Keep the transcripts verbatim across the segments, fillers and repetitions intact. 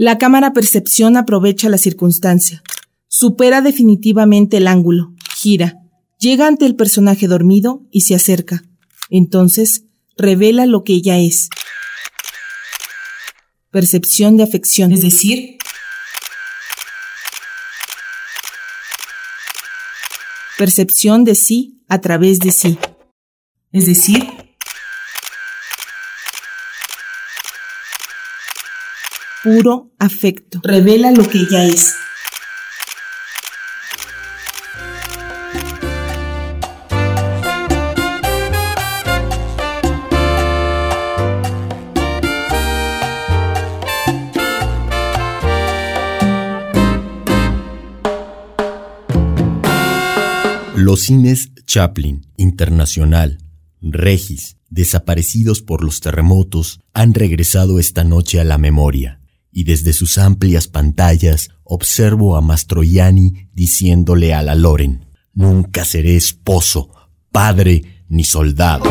La cámara percepción aprovecha la circunstancia. Supera definitivamente el ángulo, gira, llega ante el personaje dormido y se acerca. Entonces, revela lo que ella es. Percepción de afección, es decir, percepción de sí a través de sí, es decir, puro afecto. Revela lo que ella es. Los cines Chaplin, Internacional, Regis, desaparecidos por los terremotos, han regresado esta noche a la memoria, y desde sus amplias pantallas observo a Mastroianni diciéndole a la Loren: nunca seré esposo, padre ni soldado.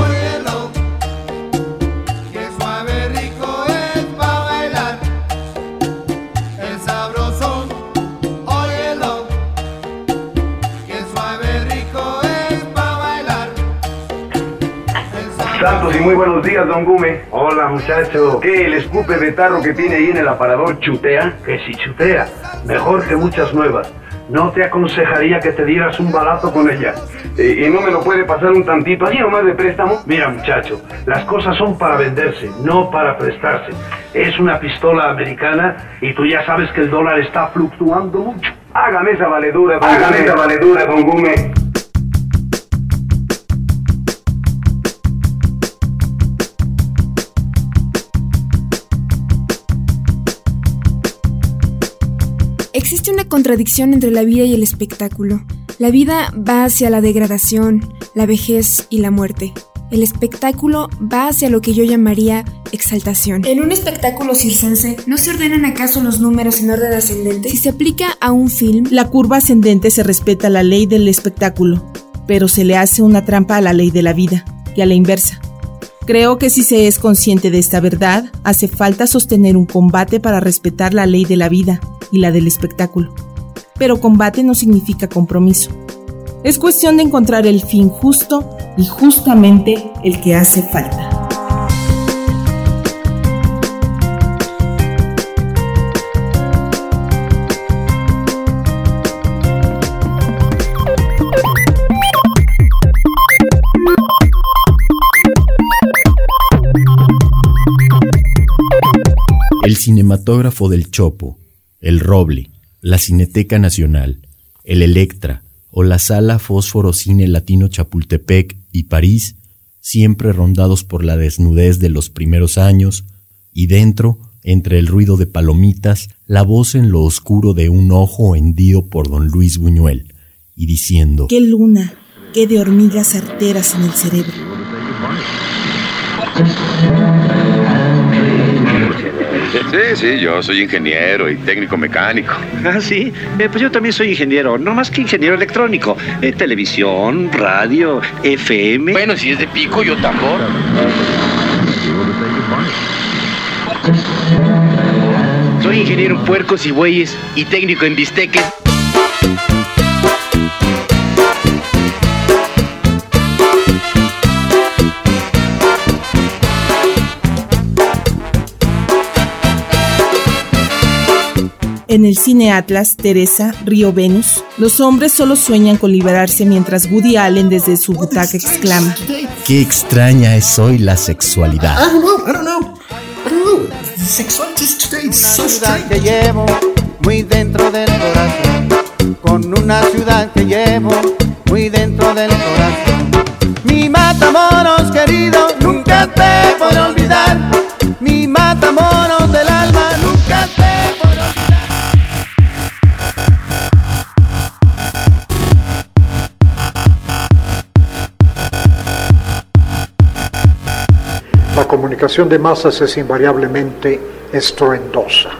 Santos y muy buenos días, don Gume. Hola, muchacho. ¿Qué, el escupe de tarro que tiene ahí en el aparador chutea? Que si chutea, mejor que muchas nuevas. No te aconsejaría que te dieras un balazo con ella. Eh, ¿Y no me lo puede pasar un tantito, así nomás de préstamo? Mira, muchacho, las cosas son para venderse, no para prestarse. Es una pistola americana y tú ya sabes que el dólar está fluctuando mucho. Hágame esa valedura, don Hágame Gume. esa valedura, don Gume. Existe una contradicción entre la vida y el espectáculo. La vida va hacia la degradación, la vejez y la muerte. El espectáculo va hacia lo que yo llamaría exaltación. En un espectáculo circense, ¿no se ordenan acaso los números en orden ascendente? Si se aplica a un film, la curva ascendente se respeta la ley del espectáculo, pero se le hace una trampa a la ley de la vida, y a la inversa. Creo que si se es consciente de esta verdad, hace falta sostener un combate para respetar la ley de la vida y la del espectáculo. Pero combate no significa compromiso. Es cuestión de encontrar el fin justo y justamente el que hace falta. El Cinematógrafo del Chopo, el Roble, la Cineteca Nacional, el Electra o la Sala Fósforo Cine Latino Chapultepec y París, siempre rondados por la desnudez de los primeros años, y dentro, entre el ruido de palomitas, la voz en lo oscuro de un ojo hendido por don Luis Buñuel, y diciendo: ¡qué luna! ¡Qué de hormigas arteras en el cerebro! Sí, sí, yo soy ingeniero y técnico mecánico. Ah, sí, eh, pues yo también soy ingeniero, no más que ingeniero electrónico. Eh, televisión, radio, F M. Bueno, si es de pico, yo tambor. Soy ingeniero en puercos y bueyes y técnico en bisteques. En el Cine Atlas, Teresa, Río Venus, los hombres solo sueñan con liberarse mientras Woody Allen desde su butaca exclama: ¡qué extraña es hoy la sexualidad! I don't know, I don't know, I don't know. Sexuality today is so strange. Que llevo muy dentro del corazón, con una ciudad que llevo muy dentro del corazón. Mi Matamoros querido, nunca te podré olvidar. Mi Matamoros del alma, nunca te podré olvidar. La comunicación de masas es invariablemente estruendosa.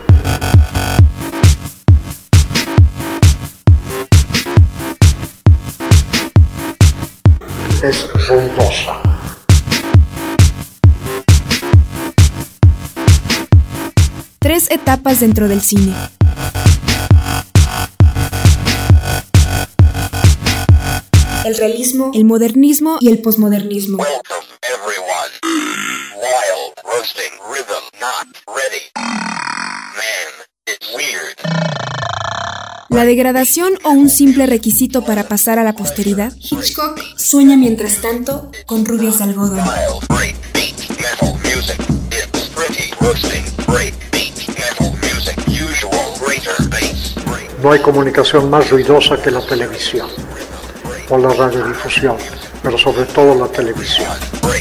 Es ruidosa. Tres etapas dentro del cine. El realismo, el modernismo y el posmodernismo. Welcome everyone. Wild roasting rhythm not ready. Man, it's weird. La degradación o un simple requisito para pasar a la posteridad. Hitchcock sueña mientras tanto con rubias de algodón. Wild break beat metal music. It's pretty roasting break beat metal music. Usual greater bass. No hay comunicación más ruidosa que la televisión o la radiodifusión, pero sobre todo la televisión.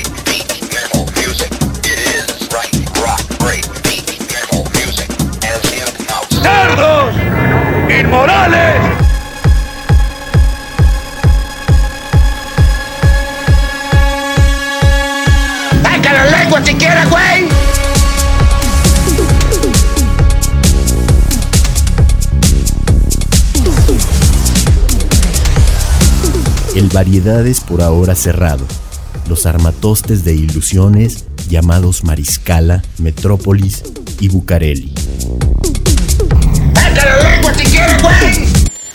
¡Cerdos! ¡Inmorales! ¡Saca la lengua si quieres, güey! El Variedades por ahora cerrado. Los armatostes de ilusiones llamados Mariscala, Metrópolis y Bucareli. ¡Saca la lengua si quieres, güey!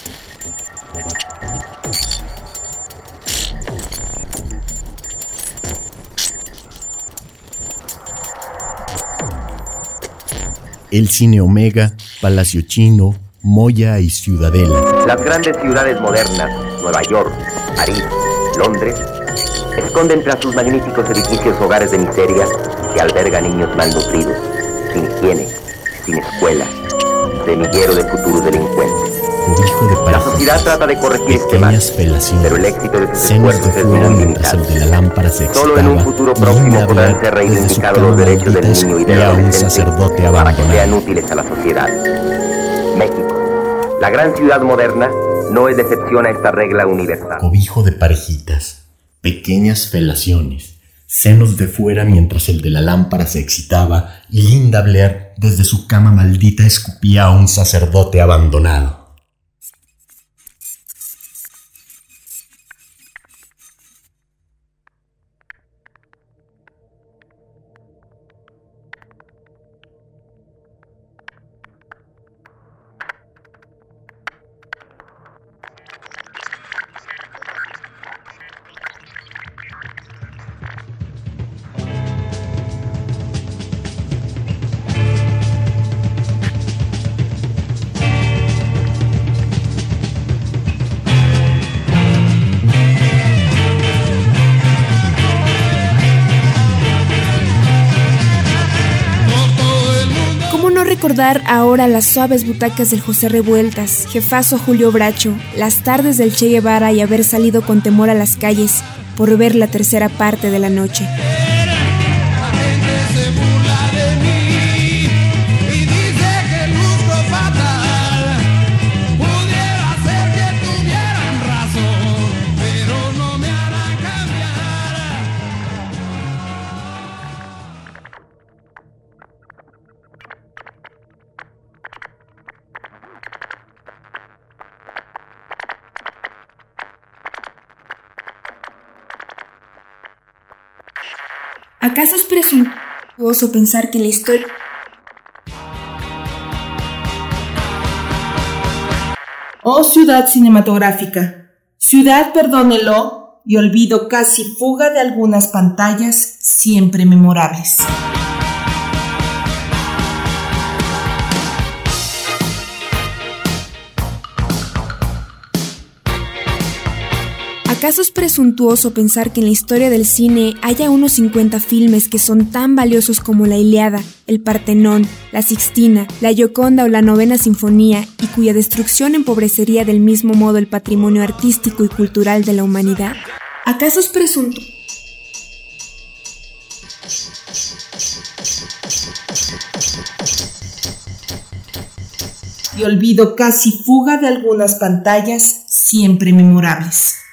El Cine Omega, Palacio Chino, Moya y Ciudadela. Las grandes ciudades modernas, Nueva York, París, Londres, esconden tras sus magníficos edificios hogares de miseria que albergan niños malnutridos, sin higiene, sin escuela, semillero de futuros delincuentes. Cobijo de La sociedad trata de corregir este mal, pero el éxito de sus esfuerzos es muy limitado. De la lámpara se Solo en un futuro próximo podrán ser reivindicados los derechos del niño y del adolescente para que sean útiles a la sociedad. México, la gran ciudad moderna, no es de excepción a esta regla universal. Cobijo de parejitas, pequeñas felaciones, senos de fuera mientras el de la lámpara se excitaba y Linda Blair desde su cama maldita escupía a un sacerdote abandonado. Recordar ahora las suaves butacas del José Revueltas, jefazo Julio Bracho, las tardes del Che Guevara y haber salido con temor a las calles por ver la tercera parte de la noche. ¿Acaso es presuntuoso pensar que la historia... Oh ciudad cinematográfica, ciudad perdónelo y olvido casi fuga de algunas pantallas siempre memorables. ¿Acaso es presuntuoso pensar que en la historia del cine haya unos cincuenta filmes que son tan valiosos como la Ilíada, el Partenón, la Sixtina, la Gioconda o la Novena Sinfonía y cuya destrucción empobrecería del mismo modo el patrimonio artístico y cultural de la humanidad? ¿Acaso es presuntuoso? Y olvido casi fuga de algunas pantallas siempre memorables.